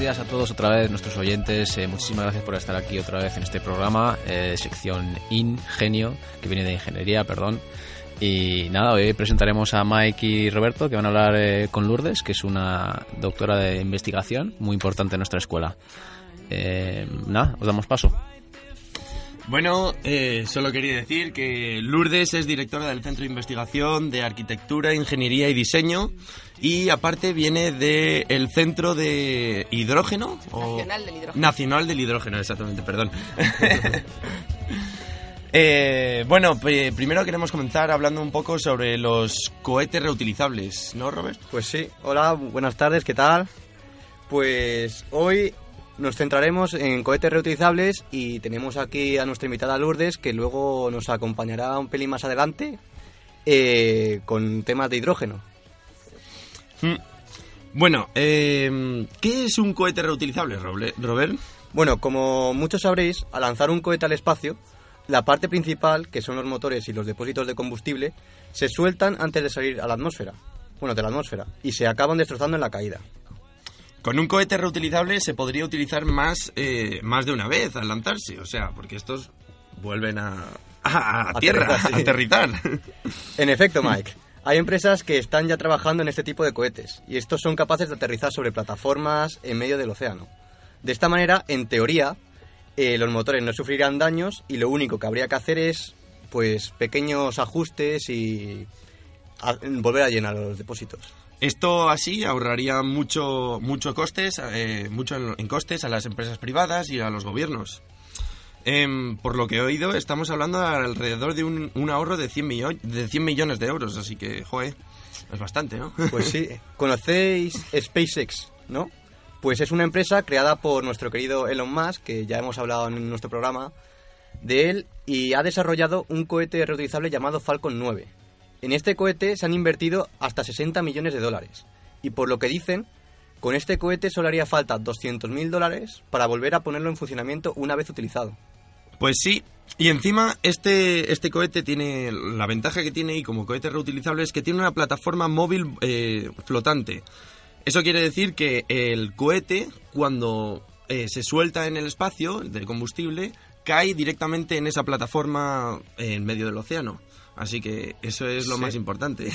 días a todos otra vez, nuestros oyentes. Muchísimas gracias por estar aquí otra vez en este programa, sección Ingenio, que viene de ingeniería, perdón. Y nada, hoy presentaremos a Mike y Roberto, que van a hablar con Lourdes, que es una doctora de investigación muy importante en nuestra escuela. Nada, os damos paso. Bueno, solo quería decir que Lourdes es directora del Centro de Investigación de Arquitectura, Ingeniería y Diseño, y aparte viene del Centro de Hidrógeno. Nacional del Hidrógeno. Nacional del Hidrógeno, exactamente, perdón. Bueno, primero queremos comenzar hablando un poco sobre los cohetes reutilizables, ¿no, Robert? Pues sí, hola, buenas tardes, ¿qué tal? Pues hoy nos centraremos en cohetes reutilizables y tenemos aquí a nuestra invitada Lourdes, que luego nos acompañará un pelín más adelante con temas de hidrógeno. Bueno, ¿qué es un cohete reutilizable, Robert? Bueno, como muchos sabréis, al lanzar un cohete al espacio, la parte principal, que son los motores y los depósitos de combustible, se sueltan antes de salir a la atmósfera, y se acaban destrozando en la caída. Con un cohete reutilizable se podría utilizar más de una vez al lanzarse, o sea, porque estos vuelven a tierra, sí. a aterrizar. En efecto, Mike, hay empresas que están ya trabajando en este tipo de cohetes, y estos son capaces de aterrizar sobre plataformas en medio del océano. De esta manera, en teoría, los motores no sufrirán daños y lo único que habría que hacer es, pues, pequeños ajustes y volver a llenar los depósitos. Esto así ahorraría mucho costes, mucho en costes a las empresas privadas y a los gobiernos. Por lo que he oído, estamos hablando alrededor de un ahorro de 100 millones de euros, así que, joder, es bastante, ¿no? Pues sí. ¿Conocéis SpaceX, no? Pues es una empresa creada por nuestro querido Elon Musk, que ya hemos hablado en nuestro programa de él, y ha desarrollado un cohete reutilizable llamado Falcon 9. En este cohete se han invertido hasta 60 millones de dólares. Y por lo que dicen, con este cohete solo haría falta 200.000 dólares para volver a ponerlo en funcionamiento una vez utilizado. Pues sí, y encima este cohete tiene, la ventaja que tiene, y como cohete reutilizable, es que tiene una plataforma móvil flotante. Eso quiere decir que el cohete, cuando se suelta en el espacio de combustible, cae directamente en esa plataforma en medio del océano. Así que eso es lo más importante.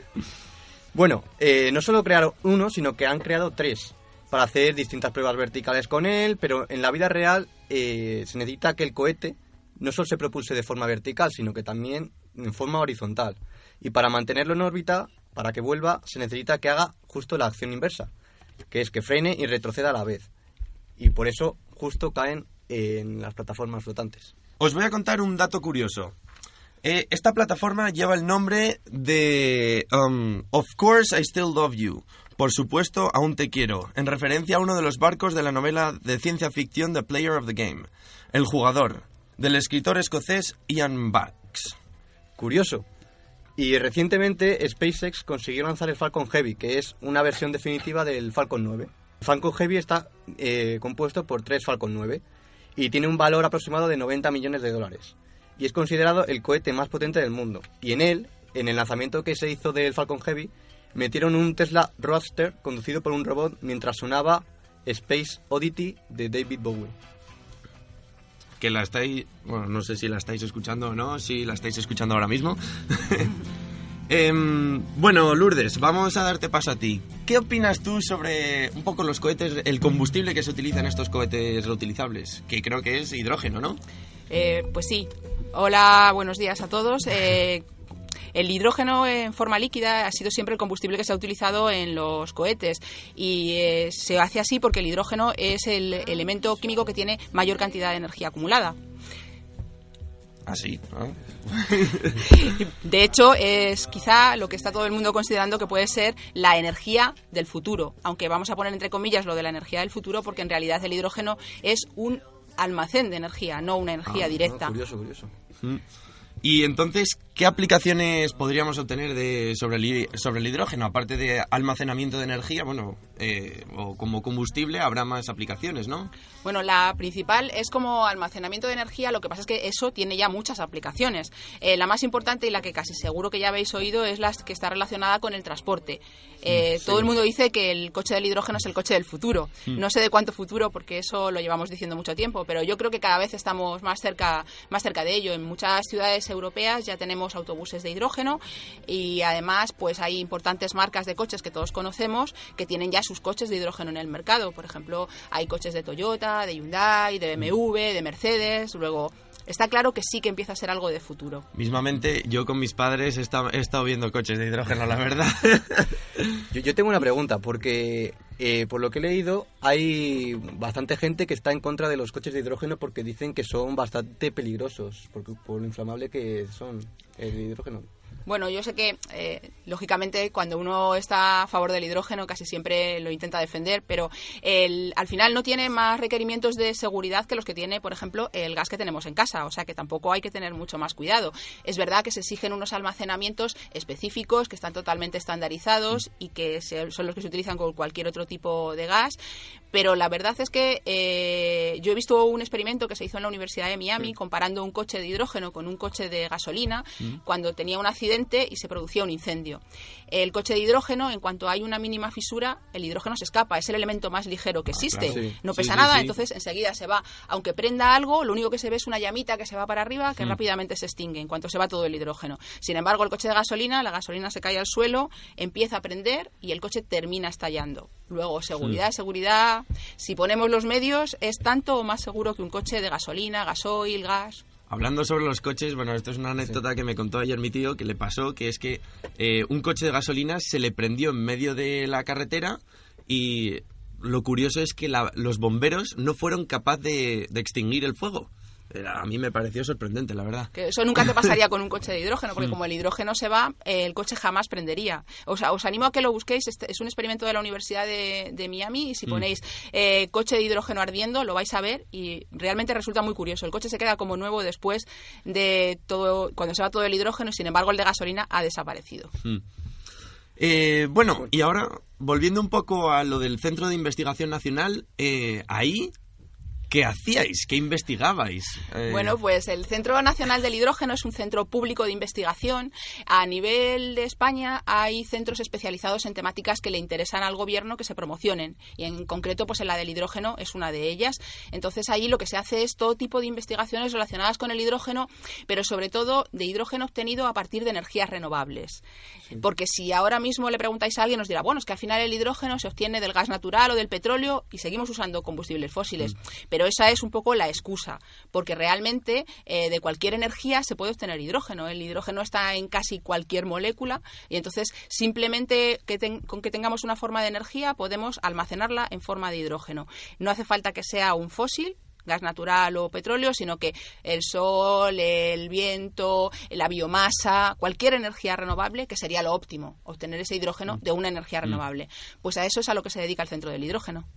Bueno, no solo crearon uno, sino que han creado 3 para hacer distintas pruebas verticales con él, pero en la vida real se necesita que el cohete no solo se propulse de forma vertical, sino que también en forma horizontal. Y para mantenerlo en órbita, para que vuelva, se necesita que haga justo la acción inversa, que es que frene y retroceda a la vez. Y por eso justo caen en las plataformas flotantes. Os voy a contar un dato curioso. Esta plataforma lleva el nombre de Of Course I Still Love You. Por supuesto, aún te quiero, en referencia a uno de los barcos de la novela de ciencia ficción The Player of the Game, El jugador, del escritor escocés Ian Banks. Curioso. Y recientemente SpaceX consiguió lanzar el Falcon Heavy, que es una versión definitiva del Falcon 9. El Falcon Heavy está compuesto por 3 Falcon 9 y tiene un valor aproximado de 90 millones de dólares. Y es considerado el cohete más potente del mundo. Y en él, en el lanzamiento que se hizo del Falcon Heavy, metieron un Tesla Roadster conducido por un robot mientras sonaba Space Oddity de David Bowie. Que la estáis... Bueno, no sé si la estáis escuchando o no, si la estáis escuchando ahora mismo. Bueno, Lourdes, vamos a darte paso a ti. ¿Qué opinas tú sobre un poco los cohetes, el combustible que se utiliza en estos cohetes reutilizables? Que creo que es hidrógeno, ¿no? Pues sí. Hola, buenos días a todos. El hidrógeno en forma líquida ha sido siempre el combustible que se ha utilizado en los cohetes y se hace así porque el hidrógeno es el elemento químico que tiene mayor cantidad de energía acumulada. Así, ¿no? De hecho, es quizá lo que está todo el mundo considerando que puede ser la energía del futuro, aunque vamos a poner entre comillas lo de la energía del futuro porque en realidad el hidrógeno es un almacén de energía, no una energía directa. Curioso. Y entonces, ¿Qué aplicaciones podríamos obtener sobre el hidrógeno? Aparte de almacenamiento de energía, o como combustible, habrá más aplicaciones, ¿no? Bueno, la principal es como almacenamiento de energía, lo que pasa es que eso tiene ya muchas aplicaciones. La más importante y la que casi seguro que ya habéis oído es la que está relacionada con el transporte. Sí. Todo el mundo dice que el coche del hidrógeno es el coche del futuro. No sé de cuánto futuro, porque eso lo llevamos diciendo mucho tiempo, pero yo creo que cada vez estamos más cerca de ello. En muchas ciudades europeas ya tenemos autobuses de hidrógeno y además pues hay importantes marcas de coches que todos conocemos que tienen ya sus coches de hidrógeno en el mercado. Por ejemplo, hay coches de Toyota, de Hyundai, de BMW, de Mercedes. Luego está claro que sí que empieza a ser algo de futuro. Mismamente, yo con mis padres he estado viendo coches de hidrógeno, la verdad. Yo tengo una pregunta, porque por lo que he leído, hay bastante gente que está en contra de los coches de hidrógeno porque dicen que son bastante peligrosos, por lo inflamable que son el hidrógeno. Bueno, yo sé que, lógicamente, cuando uno está a favor del hidrógeno casi siempre lo intenta defender, pero al final no tiene más requerimientos de seguridad que los que tiene, por ejemplo, el gas que tenemos en casa, o sea que tampoco hay que tener mucho más cuidado. Es verdad que se exigen unos almacenamientos específicos que están totalmente estandarizados y que son los que se utilizan con cualquier otro tipo de gas, pero la verdad es que yo he visto un experimento que se hizo en la Universidad de Miami comparando un coche de hidrógeno con un coche de gasolina cuando tenía un accidente y se producía un incendio. El coche de hidrógeno, en cuanto hay una mínima fisura, el hidrógeno se escapa, es el elemento más ligero que existe. Claro, sí. No pesa nada, entonces enseguida se va. Aunque prenda algo, lo único que se ve es una llamita que se va para arriba, que rápidamente se extingue en cuanto se va todo el hidrógeno. Sin embargo, el coche de gasolina, la gasolina se cae al suelo, empieza a prender y el coche termina estallando. Luego, seguridad. Si ponemos los medios, es tanto o más seguro que un coche de gasolina, gasoil, gas. Hablando sobre los coches, esto es una anécdota que me contó ayer mi tío, que le pasó, que es que un coche de gasolina se le prendió en medio de la carretera y lo curioso es que los bomberos no fueron capaces de extinguir el fuego. A mí me pareció sorprendente, la verdad. Que eso nunca te pasaría con un coche de hidrógeno, porque como el hidrógeno se va, el coche jamás prendería. O sea, os animo a que lo busquéis. Es un experimento de la Universidad de Miami y si ponéis coche de hidrógeno ardiendo, lo vais a ver y realmente resulta muy curioso. El coche se queda como nuevo después de todo, cuando se va todo el hidrógeno y sin embargo el de gasolina ha desaparecido. Y ahora, volviendo un poco a lo del Centro de Investigación Nacional, ahí... ¿Qué hacíais? ¿Qué investigabais? Bueno, pues el Centro Nacional del Hidrógeno es un centro público de investigación. A nivel de España hay centros especializados en temáticas que le interesan al gobierno que se promocionen. Y en concreto, pues en la del hidrógeno es una de ellas. Entonces ahí lo que se hace es todo tipo de investigaciones relacionadas con el hidrógeno, pero sobre todo de hidrógeno obtenido a partir de energías renovables. Sí. Porque si ahora mismo le preguntáis a alguien, os dirá, bueno, es que al final el hidrógeno se obtiene del gas natural o del petróleo y seguimos usando combustibles fósiles. Pero esa es un poco la excusa, porque realmente de cualquier energía se puede obtener hidrógeno. El hidrógeno está en casi cualquier molécula y entonces simplemente con que tengamos una forma de energía podemos almacenarla en forma de hidrógeno. No hace falta que sea un fósil, gas natural o petróleo, sino que el sol, el viento, la biomasa, cualquier energía renovable, que sería lo óptimo, obtener ese hidrógeno de una energía renovable. Pues a eso es a lo que se dedica el Centro del Hidrógeno.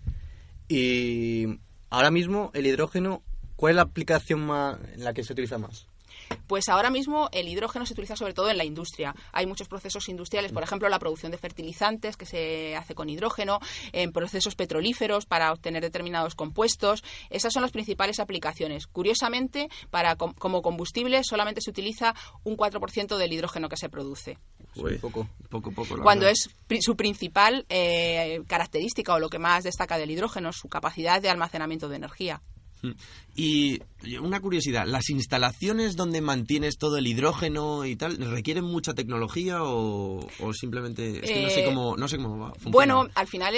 Y ahora mismo el hidrógeno, ¿cuál es la aplicación en la que se utiliza más? Pues ahora mismo el hidrógeno se utiliza sobre todo en la industria. Hay muchos procesos industriales, por ejemplo, la producción de fertilizantes que se hace con hidrógeno, en procesos petrolíferos para obtener determinados compuestos. Esas son las principales aplicaciones. Curiosamente, como combustible solamente se utiliza un 4% del hidrógeno que se produce. Uy, poco. Cuando es su principal característica o lo que más destaca del hidrógeno, su capacidad de almacenamiento de energía. Y una curiosidad, ¿las instalaciones donde mantienes todo el hidrógeno y tal requieren mucha tecnología o simplemente es que no sé cómo va a funcionar? Bueno, al final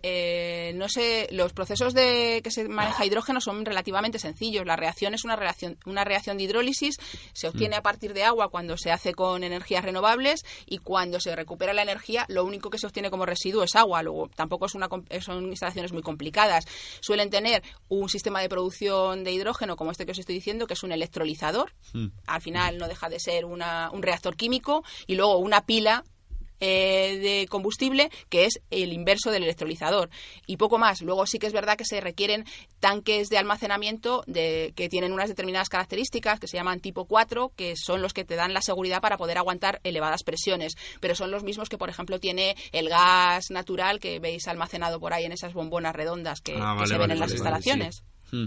los procesos que se maneja hidrógeno son relativamente sencillos. La reacción es una reacción de hidrólisis, se obtiene a partir de agua cuando se hace con energías renovables y cuando se recupera la energía lo único que se obtiene como residuo es agua. Luego tampoco son instalaciones muy complicadas. Suelen tener un sistema de producción de hidrógeno como este que os estoy diciendo, que es un electrolizador. Al final no deja de ser un reactor químico y luego una pila de combustible, que es el inverso del electrolizador, y poco más. Luego sí que es verdad que se requieren tanques de almacenamiento que tienen unas determinadas características, que se llaman tipo 4, que son los que te dan la seguridad para poder aguantar elevadas presiones, pero son los mismos que, por ejemplo, tiene el gas natural que veis almacenado por ahí en esas bombonas redondas que se ven en las instalaciones. Sí.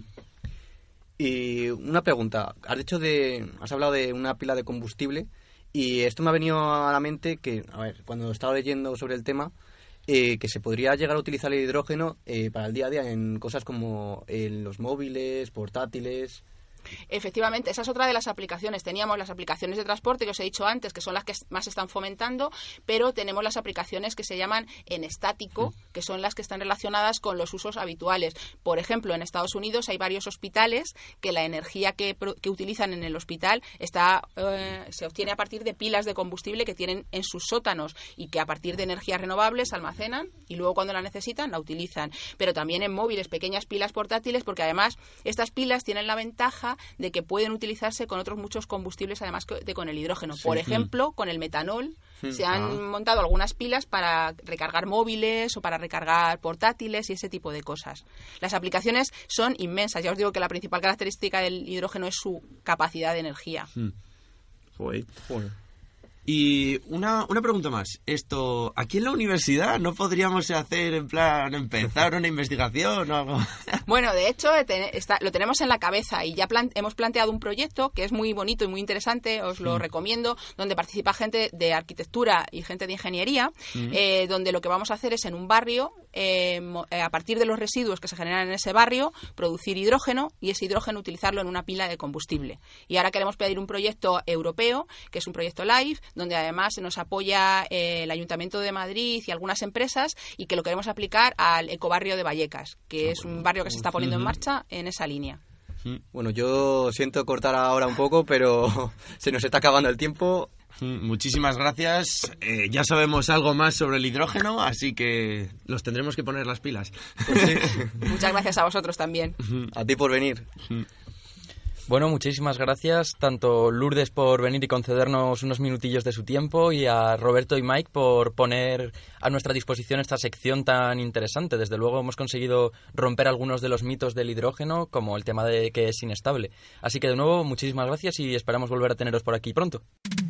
Y una pregunta, has hablado de una pila de combustible, y esto me ha venido a la mente que, a ver, cuando estaba leyendo sobre el tema, que se podría llegar a utilizar el hidrógeno para el día a día en cosas como en los móviles, portátiles. Efectivamente, esa es otra de las aplicaciones. Teníamos las aplicaciones de transporte que os he dicho antes, que son las que más se están fomentando, pero tenemos las aplicaciones que se llaman en estático, que son las que están relacionadas con los usos habituales. Por ejemplo, en Estados Unidos hay varios hospitales que la energía que utilizan en el hospital se obtiene a partir de pilas de combustible que tienen en sus sótanos y que a partir de energías renovables almacenan y luego cuando la necesitan la utilizan. Pero también en móviles, pequeñas pilas portátiles, porque además estas pilas tienen la ventaja de que pueden utilizarse con otros muchos combustibles además de con el hidrógeno. Por ejemplo, con el metanol se han montado algunas pilas para recargar móviles o para recargar portátiles y ese tipo de cosas. Las aplicaciones son inmensas. Ya os digo que la principal característica del hidrógeno es su capacidad de energía. Joder. Y una pregunta más. ¿Aquí en la universidad no podríamos hacer, en plan, empezar una investigación o algo? Bueno, de hecho, lo tenemos en la cabeza y ya hemos planteado un proyecto que es muy bonito y muy interesante, os lo recomiendo, donde participa gente de arquitectura y gente de ingeniería, donde lo que vamos a hacer es en un barrio, a partir de los residuos que se generan en ese barrio, producir hidrógeno y ese hidrógeno utilizarlo en una pila de combustible. Y ahora queremos pedir un proyecto europeo, que es un proyecto LIFE, donde además se nos apoya el Ayuntamiento de Madrid y algunas empresas y que lo queremos aplicar al ecobarrio de Vallecas, que es un barrio que se está poniendo en marcha en esa línea. Bueno, yo siento cortar ahora un poco, pero se nos está acabando el tiempo. Muchísimas gracias. Ya sabemos algo más sobre el hidrógeno, así que nos tendremos que poner las pilas. Muchas gracias a vosotros también. A ti por venir. Bueno, muchísimas gracias tanto Lourdes por venir y concedernos unos minutillos de su tiempo y a Roberto y Mike por poner a nuestra disposición esta sección tan interesante. Desde luego hemos conseguido romper algunos de los mitos del hidrógeno, como el tema de que es inestable. Así que de nuevo, muchísimas gracias y esperamos volver a teneros por aquí pronto.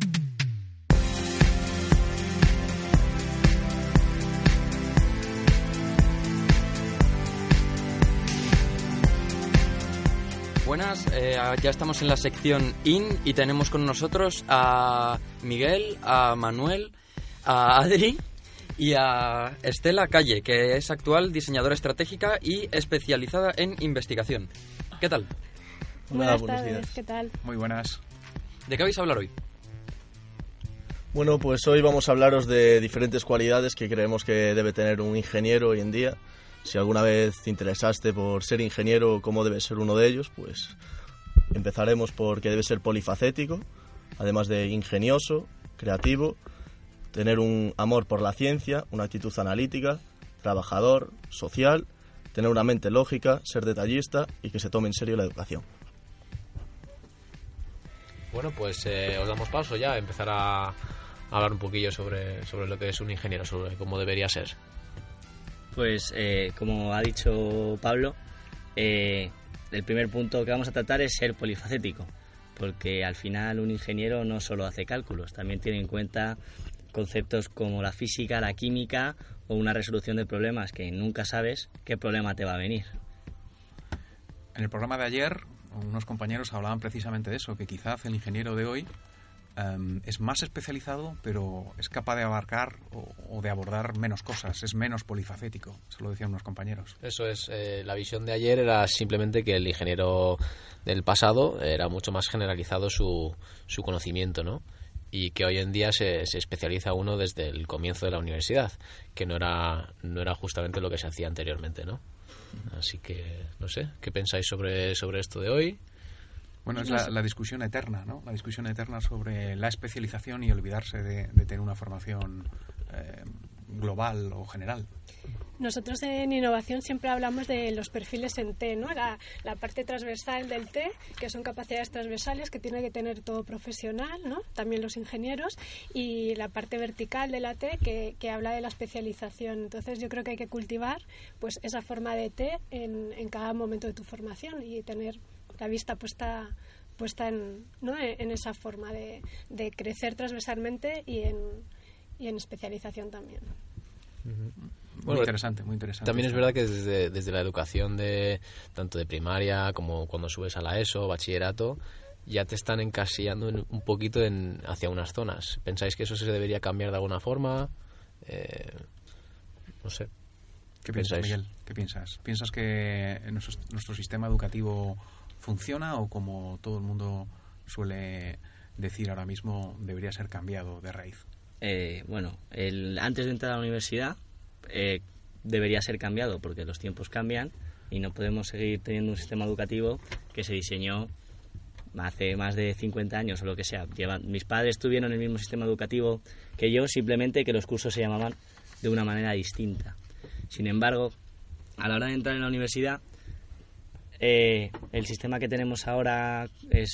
Buenas, ya estamos en la sección IN y tenemos con nosotros a Miguel, a Manuel, a Adri y a Estela Calle, que es actual diseñadora estratégica y especializada en investigación. ¿Qué tal? Buenas tardes, ¿qué tal? Muy buenas. ¿De qué vais a hablar hoy? Bueno, pues hoy vamos a hablaros de diferentes cualidades que creemos que debe tener un ingeniero hoy en día. Si alguna vez te interesaste por ser ingeniero o cómo debe ser uno de ellos, pues empezaremos por que debe ser polifacético, además de ingenioso, creativo, tener un amor por la ciencia, una actitud analítica, trabajador, social, tener una mente lógica, ser detallista y que se tome en serio la educación. Bueno, pues os damos paso ya a empezar a hablar un poquillo sobre lo que es un ingeniero, sobre cómo debería ser. Pues como ha dicho Pablo, el primer punto que vamos a tratar es ser polifacético, porque al final un ingeniero no solo hace cálculos, también tiene en cuenta conceptos como la física, la química o una resolución de problemas que nunca sabes qué problema te va a venir. En el programa de ayer, unos compañeros hablaban precisamente de eso, que quizás el ingeniero de hoy es más especializado, pero es capaz de abarcar o de abordar menos cosas, es menos polifacético, eso lo decían unos compañeros. Eso es, la visión de ayer era simplemente que el ingeniero del pasado era mucho más generalizado su conocimiento, ¿no? Y que hoy en día se especializa uno desde el comienzo de la universidad, que no era justamente lo que se hacía anteriormente, ¿no? Así que, no sé, ¿qué pensáis sobre esto de hoy? Bueno, es la discusión eterna, ¿no? La discusión eterna sobre la especialización y olvidarse de tener una formación global o general. Nosotros en innovación siempre hablamos de los perfiles en T, ¿no? La parte transversal del T, que son capacidades transversales que tiene que tener todo profesional, ¿no? También los ingenieros, y la parte vertical de la T que habla de la especialización. Entonces yo creo que hay que cultivar pues esa forma de T en cada momento de tu formación y tener la vista puesta en, ¿no? en esa forma de crecer transversalmente y en especialización también. Muy interesante, muy interesante. También es verdad que desde la educación tanto de primaria como cuando subes a la ESO, bachillerato, ya te están encasillando un poquito hacia unas zonas. ¿Pensáis que eso se debería cambiar de alguna forma? No sé. ¿Qué piensas, Miguel? ¿Qué piensas? ¿Piensas que nuestro sistema educativo funciona o, como todo el mundo suele decir ahora mismo, debería ser cambiado de raíz? Antes de entrar a la universidad debería ser cambiado porque los tiempos cambian y no podemos seguir teniendo un sistema educativo que se diseñó hace más de 50 años o lo que sea. Mis padres tuvieron el mismo sistema educativo que yo, simplemente que los cursos se llamaban de una manera distinta. Sin embargo, a la hora de entrar en la universidad, el sistema que tenemos ahora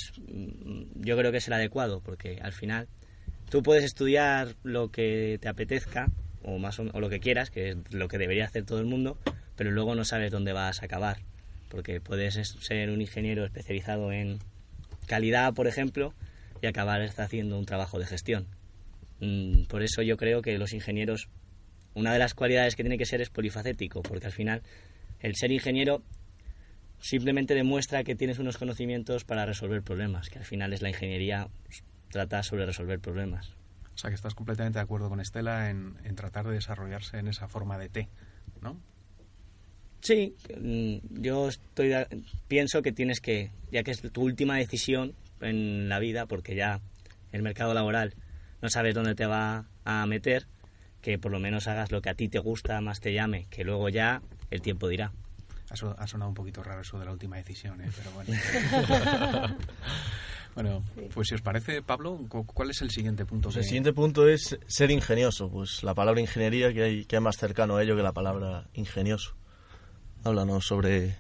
yo creo que es el adecuado, porque al final tú puedes estudiar lo que te apetezca o lo que quieras, que es lo que debería hacer todo el mundo, pero luego no sabes dónde vas a acabar, porque puedes ser un ingeniero especializado en calidad, por ejemplo, y acabar haciendo un trabajo de gestión. Por eso yo creo que los ingenieros, una de las cualidades que tiene que ser es polifacético, porque al final el ser ingeniero simplemente demuestra que tienes unos conocimientos para resolver problemas, que al final es la ingeniería, trata sobre resolver problemas. O sea, que estás completamente de acuerdo con Estela en tratar de desarrollarse en esa forma de T, ¿no? Sí, yo pienso que tienes que, ya que es tu última decisión en la vida, porque ya el mercado laboral no sabes dónde te va a meter, que por lo menos hagas lo que a ti te gusta, más te llame, que luego ya el tiempo dirá. Ha sonado un poquito raro eso de la última decisión, pero bueno. Bueno, pues si os parece, Pablo, ¿cuál es el siguiente punto? Pues el siguiente punto es ser ingenioso. Pues la palabra ingeniería, que hay más cercano a ello que la palabra ingenioso. Háblanos sobre...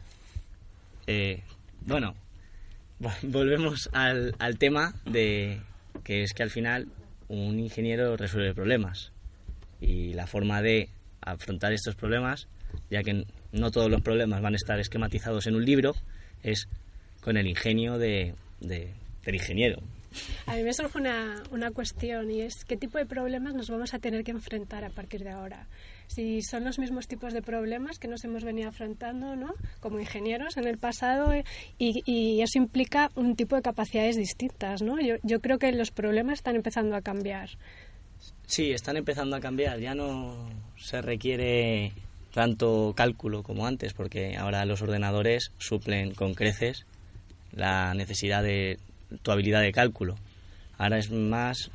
Bueno, volvemos al tema de que es que al final un ingeniero resuelve problemas. Y la forma de afrontar estos problemas, ya que no todos los problemas van a estar esquematizados en un libro, es con el ingenio del ingeniero. A mí me surge una cuestión, y es qué tipo de problemas nos vamos a tener que enfrentar a partir de ahora. Si son los mismos tipos de problemas que nos hemos venido afrontando, ¿no?, como ingenieros en el pasado, y eso implica un tipo de capacidades distintas, ¿no? Yo creo que los problemas están empezando a cambiar. Sí, están empezando a cambiar. Ya no se requiere tanto cálculo como antes, porque ahora los ordenadores suplen con creces la necesidad de tu habilidad de cálculo. Ahora es más,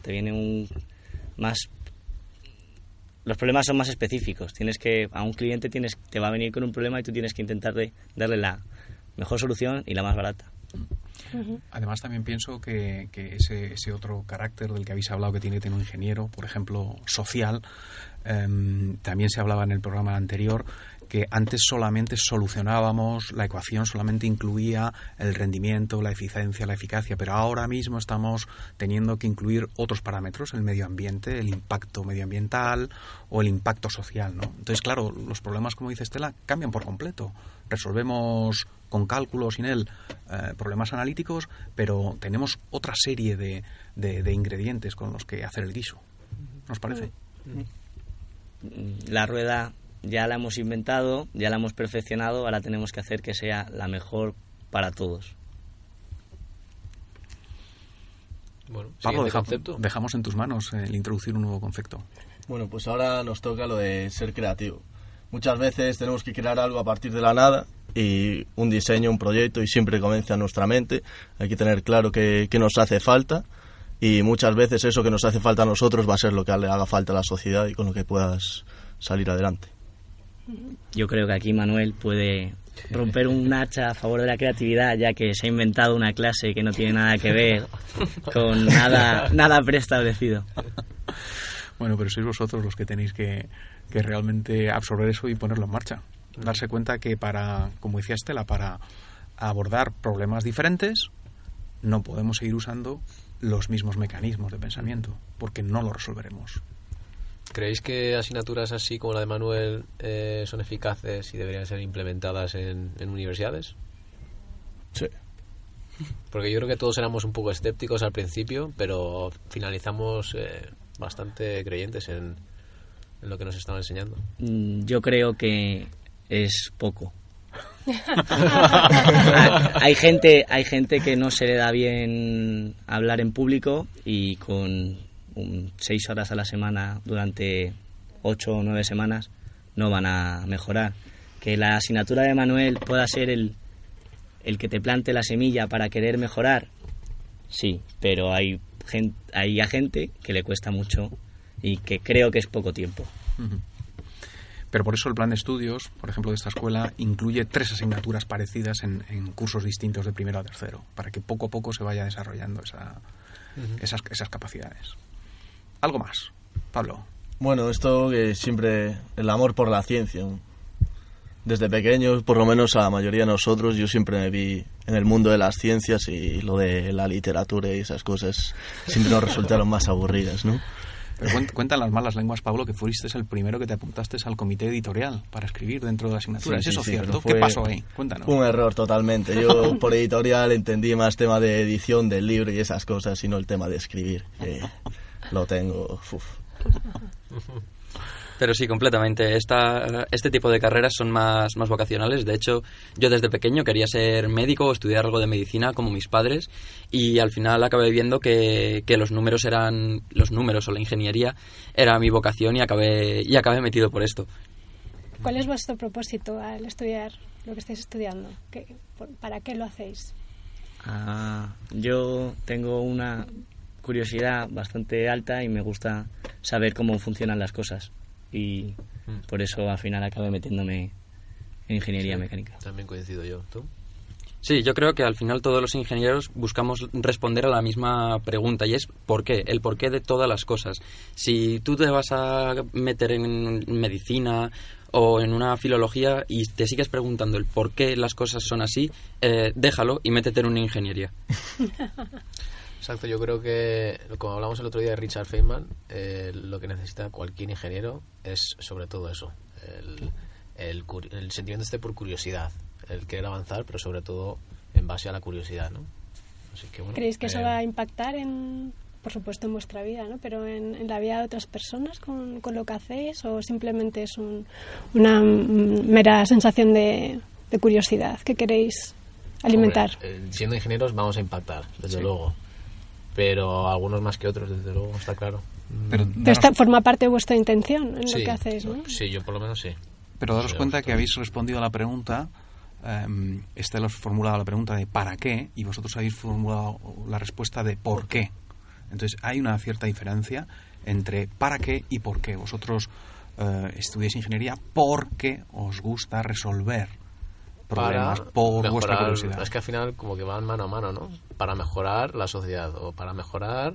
los problemas son más específicos. A un cliente te va a venir con un problema y tú tienes que intentar darle la mejor solución y la más barata. Además, también pienso que ese otro carácter del que habéis hablado que tiene que tener un ingeniero, por ejemplo, social, también se hablaba en el programa anterior, que antes solamente solucionábamos, la ecuación solamente incluía el rendimiento, la eficiencia, la eficacia, pero ahora mismo estamos teniendo que incluir otros parámetros, el medio ambiente, el impacto medioambiental o el impacto social, ¿no? Entonces, claro, los problemas, como dice Estela, cambian por completo. Resolvemos con cálculo, sin él, problemas analíticos, pero tenemos otra serie de ingredientes con los que hacer el guiso. ¿Nos parece? La rueda ya la hemos inventado, ya la hemos perfeccionado, ahora tenemos que hacer que sea la mejor para todos. Bueno, Pablo, dejamos en tus manos el introducir un nuevo concepto. Bueno, pues ahora nos toca lo de ser creativo. Muchas veces tenemos que crear algo a partir de la nada, y un diseño, un proyecto, y siempre comienza en nuestra mente. Hay que tener claro qué nos hace falta, y muchas veces eso que nos hace falta a nosotros va a ser lo que le haga falta a la sociedad y con lo que puedas salir adelante. Yo creo que aquí Manuel puede romper un hacha a favor de la creatividad, ya que se ha inventado una clase que no tiene nada que ver con nada preestablecido. Bueno, pero sois vosotros los que tenéis que realmente absorber eso y ponerlo en marcha. Darse cuenta que como decía Estela, para abordar problemas diferentes no podemos seguir usando los mismos mecanismos de pensamiento, porque no lo resolveremos. ¿Creéis que asignaturas así como la de Manuel son eficaces y deberían ser implementadas en universidades? Sí. Porque yo creo que todos éramos un poco escépticos al principio, pero finalizamos bastante creyentes en lo que nos estaban enseñando. Yo creo que es poco. Hay gente que no se le da bien hablar en público y con 6 horas a la semana durante 8 o 9 semanas no van a mejorar. Que la asignatura de Manuel pueda ser el que te plante la semilla para querer mejorar, sí, pero hay gente que le cuesta mucho y que creo que es poco tiempo. Uh-huh. Pero por eso el plan de estudios, por ejemplo, de esta escuela, incluye 3 asignaturas parecidas en cursos distintos de primero a tercero, para que poco a poco se vaya desarrollando esas capacidades. Algo más, Pablo. Bueno, esto que siempre el amor por la ciencia. Desde pequeños, por lo menos a la mayoría de nosotros, yo siempre me vi en el mundo de las ciencias y lo de la literatura y esas cosas siempre nos resultaron más aburridas, ¿no? Pero cuentan las malas lenguas, Pablo, que fuiste el primero que te apuntaste al comité editorial para escribir dentro de la asignatura. Sí, ¿Es eso sí, cierto? ¿Qué pasó ahí? Cuéntanos. Un error totalmente. Yo por editorial entendí más tema de edición del libro y esas cosas, sino el tema de escribir, que lo tengo... Pero sí, completamente. Este tipo de carreras son más vocacionales. De hecho, yo desde pequeño quería ser médico o estudiar algo de medicina como mis padres, y al final acabé viendo que los números o la ingeniería era mi vocación y acabé metido por esto. ¿Cuál es vuestro propósito al estudiar lo que estáis estudiando? ¿Para qué lo hacéis? Yo tengo una curiosidad bastante alta y me gusta saber cómo funcionan las cosas. Y por eso al final acabé metiéndome en ingeniería mecánica. También coincido yo. ¿Tú? Sí, yo creo que al final todos los ingenieros buscamos responder a la misma pregunta, y es ¿por qué? El porqué de todas las cosas. Si tú te vas a meter en medicina o en una filología y te sigues preguntando el por qué las cosas son así, déjalo y métete en una ingeniería. Exacto, yo creo que, como hablamos el otro día de Richard Feynman, lo que necesita cualquier ingeniero es sobre todo eso, el sentimiento por curiosidad, el querer avanzar, pero sobre todo en base a la curiosidad, ¿no? Así que, bueno, ¿creéis que eso va a impactar por supuesto en vuestra vida, ¿no? Pero en la vida de otras personas con lo que hacéis, o simplemente es una mera sensación de curiosidad que queréis alimentar? Hombre, siendo ingenieros vamos a impactar, desde luego. Pero algunos más que otros, desde luego, está claro. Pero forma parte de vuestra intención en lo que hacéis, ¿no? Sí, yo por lo menos sí. Pero daros cuenta que habéis respondido a la pregunta, Estela os formulado la pregunta de ¿para qué? Y vosotros habéis formulado la respuesta de ¿por qué? Entonces hay una cierta diferencia entre ¿para qué? Y ¿por qué? Vosotros estudiáis ingeniería porque os gusta resolver problemas por vuestra curiosidad. Es que al final como que van mano a mano, ¿no? Para mejorar la sociedad o para mejorar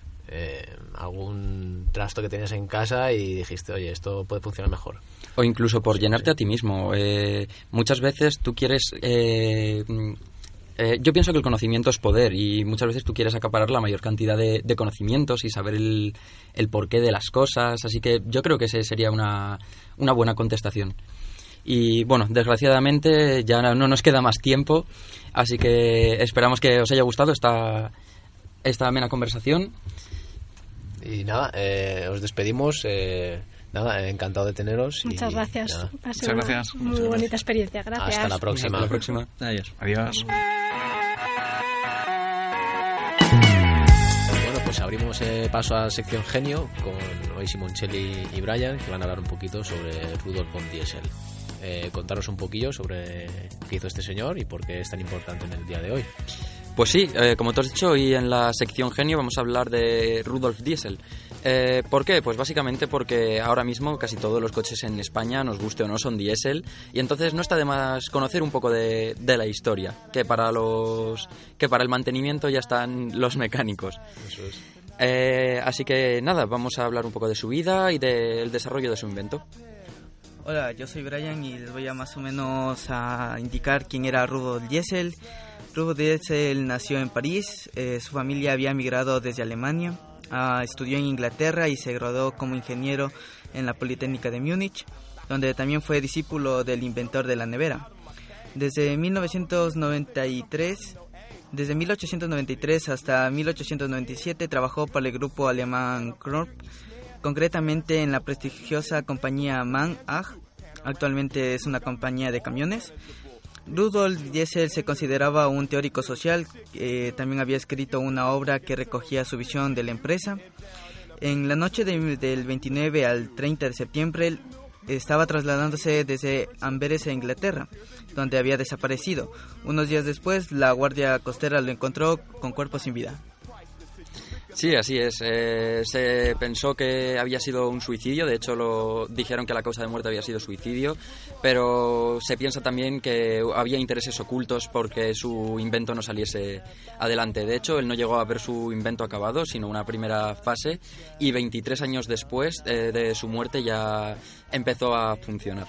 algún trasto que tenías en casa y dijiste, oye, esto puede funcionar mejor. O incluso por llenarte a ti mismo. Muchas veces tú quieres... yo pienso que el conocimiento es poder, y muchas veces tú quieres acaparar la mayor cantidad de conocimientos y saber el porqué de las cosas. Así que yo creo que esa sería una buena contestación. Y bueno, desgraciadamente ya no nos queda más tiempo, así que esperamos que os haya gustado esta amena conversación. Y nada, os despedimos. Nada, encantado de teneros. Muchas gracias. Nada. Ha sido Muchas gracias. Muy bonita experiencia. Gracias. Hasta la próxima. Hasta la próxima. Adiós. Adiós. Bueno, pues abrimos paso a la sección Genio con hoy Simoncelli y Brian, que van a hablar un poquito sobre Rudolf von Diesel. Contaros un poquillo sobre qué hizo este señor y por qué es tan importante en el día de hoy. Pues sí, como te has dicho, hoy en la sección Genio vamos a hablar de Rudolf Diesel. ¿Por qué? Pues básicamente porque ahora mismo casi todos los coches en España, nos guste o no, son diésel, y entonces no está de más conocer un poco de la historia, que para el mantenimiento ya están los mecánicos. Eso es. Así que nada, vamos a hablar un poco de su vida y del desarrollo de su invento. Hola, yo soy Brian y les voy a más o menos a indicar quién era Rudolf Diesel. Rudolf Diesel nació en París, su familia había emigrado desde Alemania, estudió en Inglaterra y se graduó como ingeniero en la Politécnica de Múnich, donde también fue discípulo del inventor de la nevera. Desde 1893 hasta 1897 trabajó para el grupo alemán Krupp, concretamente en la prestigiosa compañía MAN AG. Actualmente es una compañía de camiones. Rudolf Diesel se consideraba un teórico social, también había escrito una obra que recogía su visión de la empresa. En la noche del 29 al 30 de septiembre estaba trasladándose desde Amberes a Inglaterra, donde había desaparecido. Unos días después, la Guardia Costera lo encontró con cuerpo sin vida. Sí, así es. Se pensó que había sido un suicidio, de hecho dijeron que la causa de muerte había sido suicidio, pero se piensa también que había intereses ocultos porque su invento no saliese adelante. De hecho, él no llegó a ver su invento acabado, sino una primera fase, y 23 años después de su muerte ya empezó a funcionar.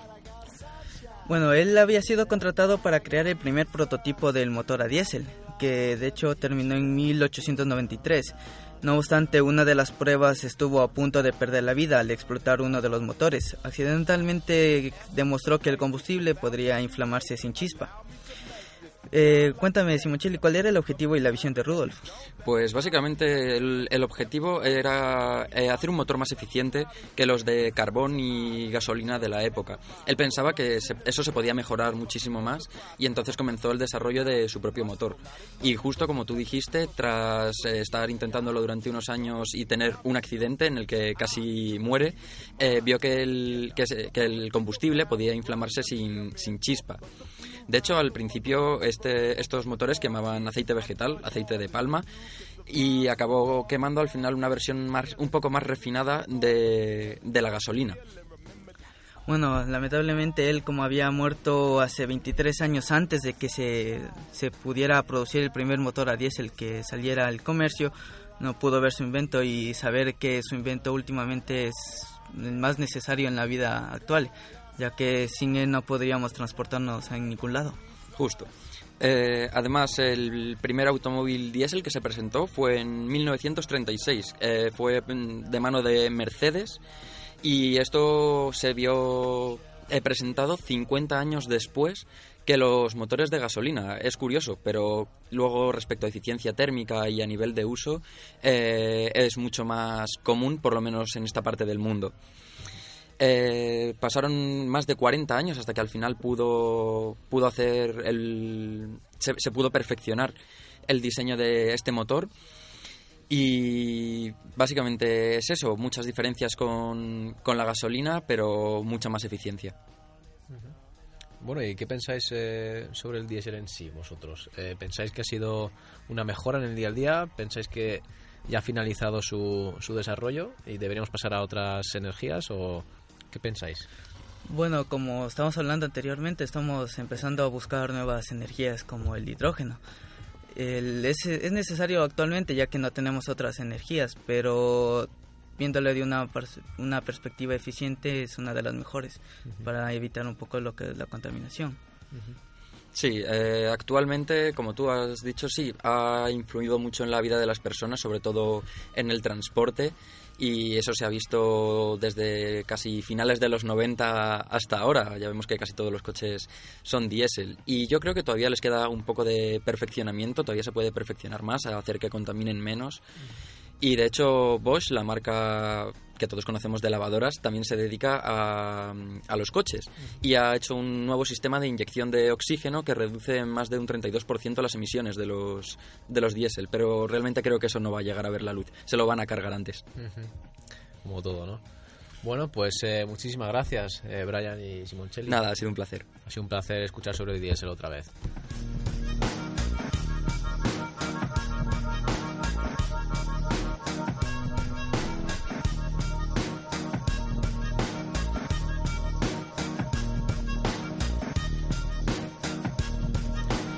Bueno, él había sido contratado para crear el primer prototipo del motor a diésel, que de hecho terminó en 1893. No obstante, una de las pruebas estuvo a punto de perder la vida al explotar uno de los motores. Accidentalmente demostró que el combustible podría inflamarse sin chispa. Cuéntame, Simoncelli, ¿cuál era el objetivo y la visión de Rudolf? Pues básicamente el objetivo era hacer un motor más eficiente que los de carbón y gasolina de la época. Él pensaba que eso se podía mejorar muchísimo más y entonces comenzó el desarrollo de su propio motor. Y justo como tú dijiste, tras estar intentándolo durante unos años y tener un accidente en el que casi muere, vio que el combustible podía inflamarse sin chispa. De hecho, al principio estos motores quemaban aceite vegetal, aceite de palma, y acabó quemando al final una versión un poco más refinada de la gasolina. Bueno, lamentablemente él, como había muerto hace 23 años antes de que se pudiera producir el primer motor a diésel que saliera al comercio, no pudo ver su invento y saber que su invento últimamente es el más necesario en la vida actual, ya que sin él no podríamos transportarnos a ningún lado. Justo. Además, el primer automóvil diésel que se presentó fue en 1936. Fue de mano de Mercedes y esto se vio presentado 50 años después que los motores de gasolina. Es curioso, pero luego respecto a eficiencia térmica y a nivel de uso es mucho más común, por lo menos en esta parte del mundo. Pasaron más de 40 años hasta que al final se pudo perfeccionar el diseño de este motor, y básicamente es eso, muchas diferencias con la gasolina, pero mucha más eficiencia. Bueno, ¿y qué pensáis sobre el diésel en sí vosotros? ¿Pensáis que ha sido una mejora en el día a día? ¿Pensáis que ya ha finalizado su desarrollo y deberíamos pasar a otras energías, o qué pensáis? Bueno, como estamos hablando anteriormente, estamos empezando a buscar nuevas energías como el hidrógeno. Es necesario actualmente, ya que no tenemos otras energías, pero viéndolo de una perspectiva eficiente es una de las mejores para evitar un poco lo que es la contaminación. Sí, actualmente, como tú has dicho, sí, ha influido mucho en la vida de las personas, sobre todo en el transporte, y eso se ha visto desde casi finales de los 90 hasta ahora. Ya vemos que casi todos los coches son diésel, y yo creo que todavía les queda un poco de perfeccionamiento, todavía se puede perfeccionar más, hacer que contaminen menos. Y de hecho Bosch, la marca que todos conocemos de lavadoras, también se dedica a los coches y ha hecho un nuevo sistema de inyección de oxígeno que reduce en más de un 32% las emisiones de los diésel, pero realmente creo que eso no va a llegar a ver la luz, se lo van a cargar antes. Como todo, ¿no? Bueno, pues muchísimas gracias, Brian y Simoncelli. Nada, ha sido un placer. Ha sido un placer escuchar sobre el diésel otra vez.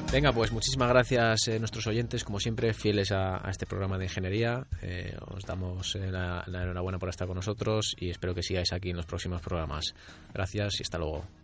Venga, pues muchísimas gracias nuestros oyentes, como siempre, fieles a este programa de ingeniería. Os damos la enhorabuena por estar con nosotros y espero que sigáis aquí en los próximos programas. Gracias y hasta luego.